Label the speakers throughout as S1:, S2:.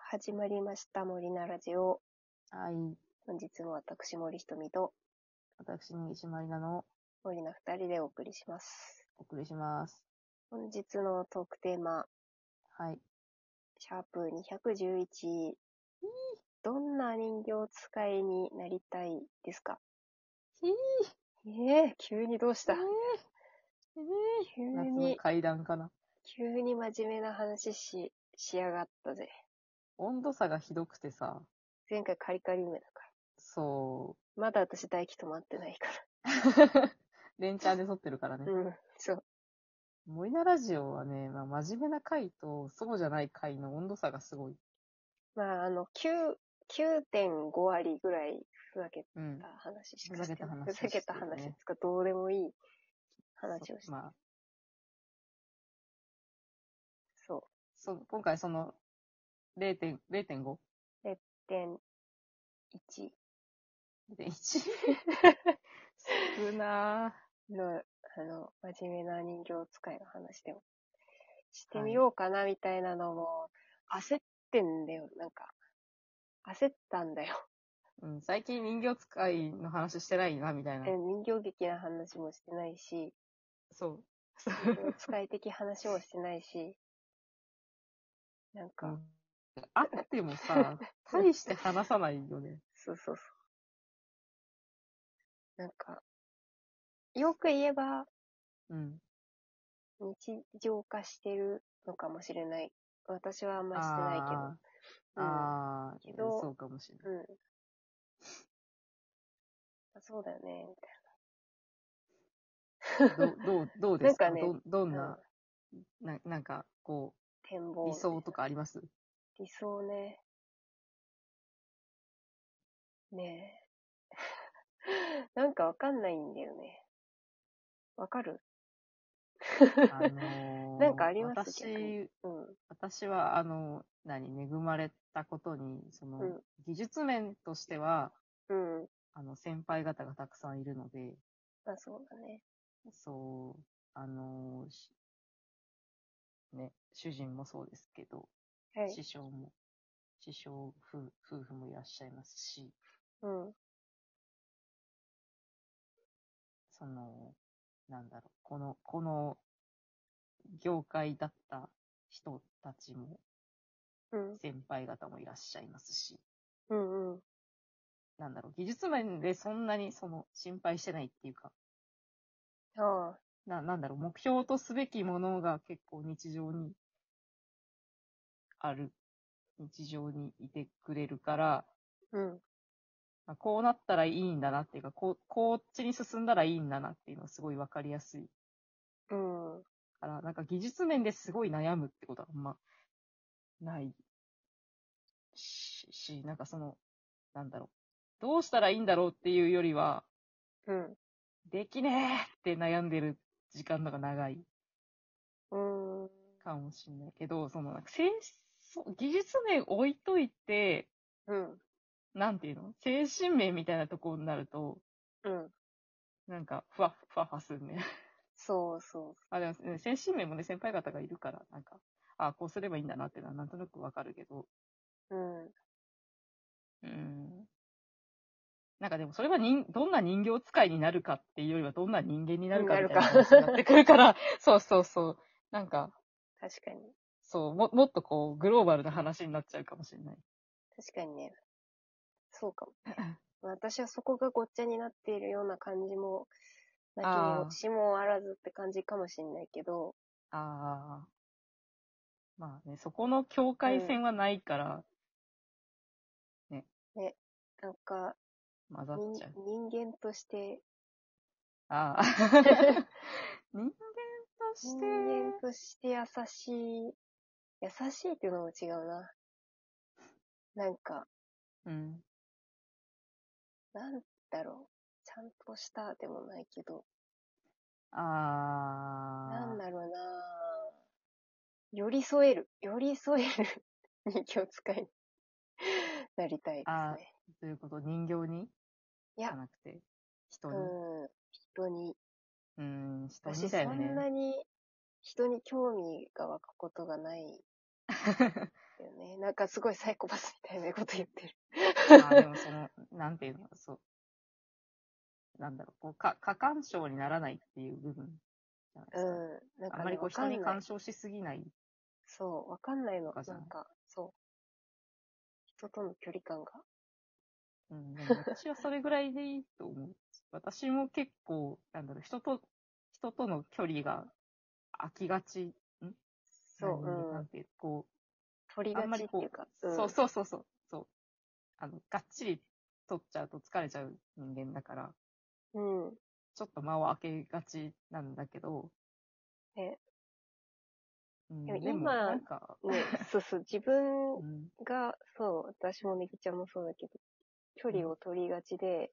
S1: 始まりました、森菜ラジオ。
S2: はい。
S1: 本日も私、森ひとみと
S2: 私、根岸まりなの
S1: 森菜二人でお送りします。
S2: お送りします。
S1: 本日のトークテーマ、
S2: はい。
S1: シャープ211。どんな人形使いになりたいですか？急にどうした？急
S2: 夏の
S1: に、
S2: 階段かな。
S1: 急に真面目な話しやがったぜ。
S2: 温度差がひどくてさ、
S1: 前回カリカリ梅だから。
S2: そ
S1: まだ私唾液止まってないか
S2: う。連チャンで撮ってるからね。
S1: ら。そう。
S2: 森菜ラジオはね、真面目な回とそうじゃない回の温度差がすごい。
S1: 9.5 割ぐらいふざけた話しかしてない。
S2: ふざけた話
S1: ですか、どうでもいい話をして。
S2: そう。今回その0.5?
S1: 0.1
S2: 0.1? 少な
S1: の、真面目な人形使いの話でもしてみようかなみたいなのも、焦ってんだよ。焦ったんだよ。
S2: 最近人形使いの話してないな、みたいな。
S1: 人形劇の話もしてないし、
S2: そう。
S1: 人形使い的話もしてないし、
S2: あってもさ、大して話さないよね。
S1: そう。よく言えば、日常化してるのかもしれない。私はあんまりしてないけど。けど、
S2: そうかもしれない。
S1: そうだよね、みた
S2: いな。どうですか？
S1: ね、
S2: どんな、こう、
S1: 展望
S2: 理想とかあります？
S1: 理想ね。ねえ。わかんないんだよね。わかる？あります？
S2: 私は、恵まれたことに、技術面としては、先輩方がたくさんいるので、
S1: そうだね。
S2: そう、主人もそうですけど、
S1: はい、
S2: 師匠、夫婦もいらっしゃいますし、この業界だった人たちも、先輩方もいらっしゃいますし、技術面でそんなに心配してないっていうか、目標とすべきものが結構日常にいてくれるから、こうなったらいいんだなっていうか、こっちに進んだらいいんだなっていうのはすごいわかりやすい。から、技術面ですごい悩むってことはあんまないし、どうしたらいいんだろうっていうよりは、できねえって悩んでる時間のが長い。かもしれないけど、技術面置いといて、なんていうの？精神面みたいなところになると、ふわふわするね。
S1: そう。
S2: でも、ね、精神面もね、先輩方がいるから、こうすればいいんだなっていうのはなんとなくわかるけど。でもそれはどんな人形使いになるかっていうよりは、どんな人間になるかみたいな話になってくるから、そう。確
S1: かに。
S2: そう、もっとこう、グローバルな話になっちゃうかもしれない。
S1: 確かにね。そうかもね。私はそこがごっちゃになっているような感じも、なきにもしもあらずって感じかもしれないけど。
S2: そこの境界線はないから、混ざっちゃう。
S1: 人間として。
S2: 人
S1: 間として優しい。優しいっていうのも違うな。なんだろう。ちゃんとしたでもないけど。なんだろうな。寄り添える人形使いになりたいですね。
S2: どういうこと？人形に？じゃなくて、人に？
S1: 人に。
S2: 私、そ
S1: んなに人に興味が湧くことがない。よね。 なんかすごいサイコパスみたいなこと言ってる。
S2: でもなんていうの、なんだろう、こう、過干渉にならないっていう部分じゃないですか。
S1: なんかね、
S2: あんまりこう人に干渉しすぎない。
S1: そう、わかんないの。なんか、そう。人との距離感が。
S2: でも私はそれぐらいでいいと思う。私も結構、なんだろう、人との距離が空きがち。
S1: そう、
S2: なんていう、こう、
S1: 取りがちっていうか。
S2: そう。がっちり取っちゃうと疲れちゃう人間だから、ちょっと間を空けがちなんだけど、
S1: でも今、なんかね、そう、自分が、そう、私もネギちゃんもそうだけど、距離を取りがちで、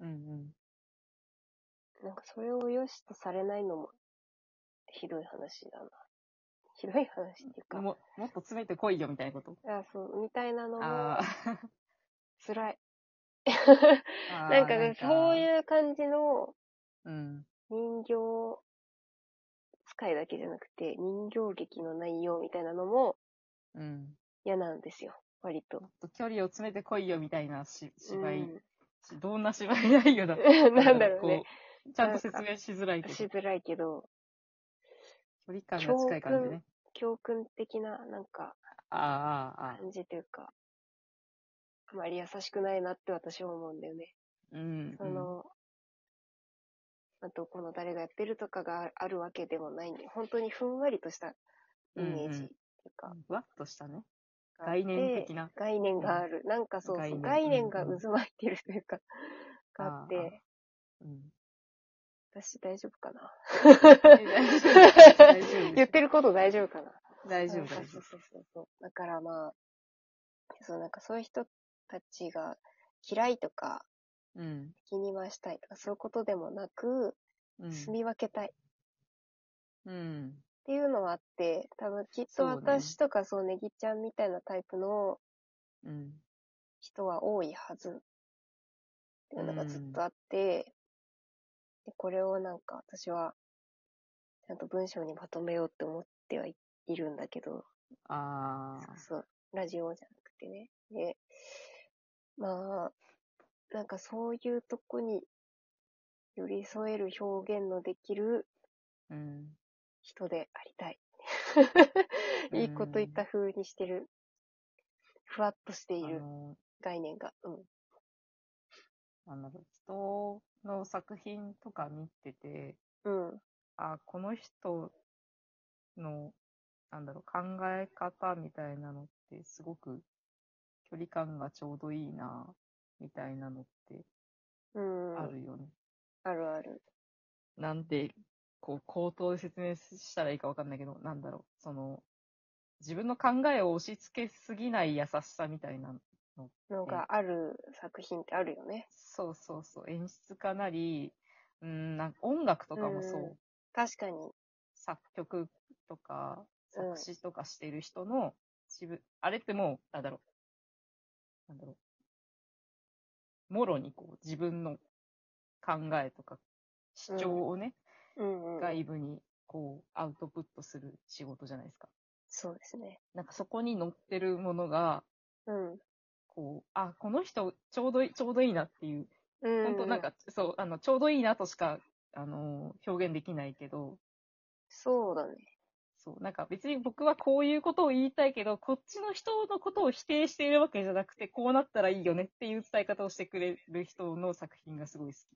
S1: なんかそれを良しとされないのも、ひどい話だな。ひどい話っていうか。
S2: もっと詰めてこいよみたいなこと。
S1: そう、みたいなのも、辛い。なんかね、そういう感じの、人形使いだけじゃなくて、人形劇の内容みたいなのも、嫌なんですよ、割と。
S2: もっと距離を詰めてこいよみたいな芝居、どんな芝居内容だ。
S1: なんだろうね。
S2: ちゃんと説明しづらい
S1: けど。
S2: 距離感が近い感じね。
S1: 教訓的な、なんか、感じというか、あまり優しくないなって私は思うんだよね。どこの誰がやってるとかがあるわけでもないんで、本当にふんわりとしたイメージっていうか。
S2: ふわっとしたね。概念的な。
S1: 概念がある。なんかそう、概念が渦巻いてるというか、があって、私大丈夫かな言ってること大丈夫かな
S2: 大丈夫。
S1: そう。だからまあ、なんかそういう人たちが嫌いとか、気に回したいとか、そういうことでもなく、住み分けたい。っていうのはあって、多分きっと私とかネギちゃんみたいなタイプの人は多いはずっていうのがずっとあって、でこれをなんか私はちゃんと文章にまとめようって思ってはいるんだけど、そう、ラジオじゃなくてね。で、まあ、なんかそういうとこに寄り添える表現のできる人でありたい。いいこと言った風にしてる。ふわっとしている概念が。
S2: 人の作品とか見てて、この人の、考え方みたいなのってすごく距離感がちょうどいいな、みたいなのってあるよね。
S1: あるある。
S2: なんて、口頭で説明したらいいかわかんないけど、自分の考えを押し付けすぎない優しさみたいな
S1: のがある作品ってあるよね。
S2: そう。演出家なり、なんか音楽とかもそう。
S1: 確かに。
S2: 作曲とか、作詞とかしてる人の、あれってもう、もろに自分の考えとか主張をね、外部にアウトプットする仕事じゃないですか。
S1: そうですね。
S2: なんかそこに載ってるものが、この人ちょうどいいなっていう、本当なんかそう、ちょうどいいなとしか、表現できないけど。
S1: そうだね。
S2: そう、なんか別に僕はこういうことを言いたいけど、こっちの人のことを否定しているわけじゃなくて、こうなったらいいよねっていう伝え方をしてくれる人の作品がすごい好き。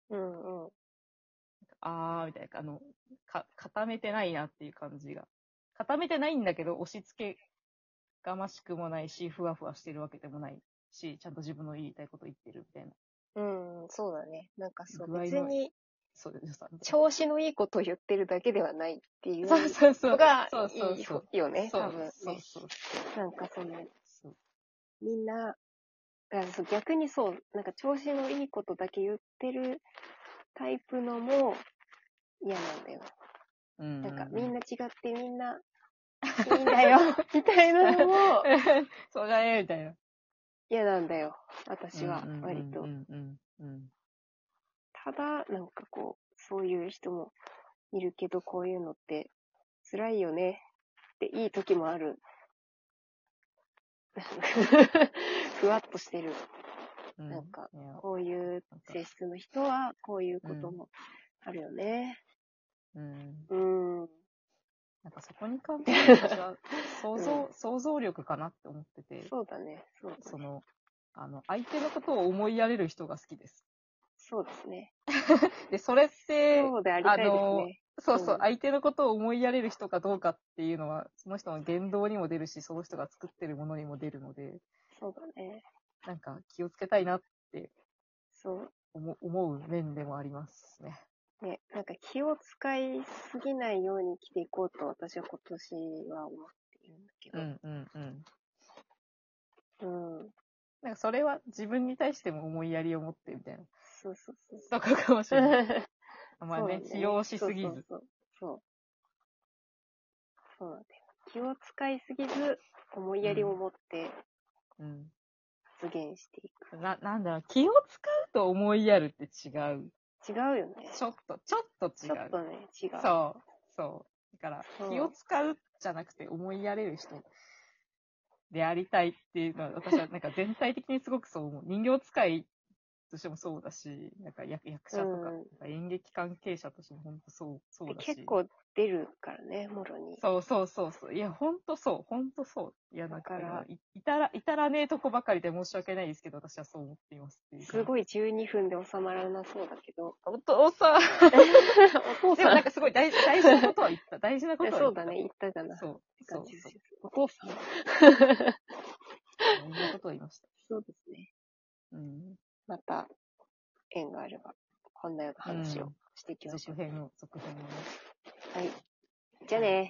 S2: みたいな、固めてないなっていう感じが。固めてないんだけど、押し付けがましくもないし、ふわふわしてるわけでもないし、ちゃんと自分の言いたいこと言ってるみたいな。
S1: そうだね。なんか別に、
S2: そう
S1: 調子のいいことを言ってるだけではないっていうのがいいよね、多分ね。なんかみんな、逆にそう、なんか調子のいいことだけ言ってるタイプのも嫌なんだよ。なんかみんな違ってみんないいんだよ、みたいなのも、
S2: そうだね、みたいな。
S1: 嫌なんだよ、私は、割と。ただ、なんかそういう人もいるけど、こういうのって辛いよねっていい時もあるふわっとしてる。なんか、こういう性質の人は、こういうこともあるよね。
S2: なんかそこに関して私は想像力かなって思ってて。
S1: そうだね。
S2: 相手のことを思いやれる人が好きです。
S1: そうですね。
S2: で、それって、
S1: そうでありたいですね。
S2: 相手のことを思いやれる人かどうかっていうのは、その人の言動にも出るし、その人が作ってるものにも出るので、
S1: そうだね。
S2: なんか気をつけたいなって、思う面でもありますね。
S1: ね、なんか気を使いすぎないように生きていこうと私は今年は思っているんだけど。
S2: なんかそれは自分に対しても思いやりを持ってみたいな。
S1: そう。
S2: とかかもしれない。まあね、使用しすぎず。
S1: そうなんだよ。気を使いすぎず、思いやりを持って、発言していく。
S2: なんだろう、気を使うと思いやるって違う。
S1: 違うよね。
S2: ちょっと違う。
S1: ちょっとね、違う。
S2: そう。だから、気を使うじゃなくて思いやれる人でありたいっていうのは、私はなんか全体的にすごくそう思う。人形使いとしてもそうだし、なんか役者とか、演劇関係者としても本当そうだし。
S1: 結構出るからね、もろに。
S2: そう。いや、本当そう。いや、なんか、いたらねえとこばかりで申し訳ないですけど、私はそう思っていますっていう。
S1: すごい12分で収まらなそうだけど。
S2: お父さんでもなんかすごい大事なことは言った。大事なことは言った。
S1: そうだね、言ったじゃない。
S2: そう。
S1: お父さん
S2: 大事なことを言いました。
S1: そうですね。また、縁があれば、こんなような話をしていきましょう。
S2: 続編をね。
S1: はい。じゃあね。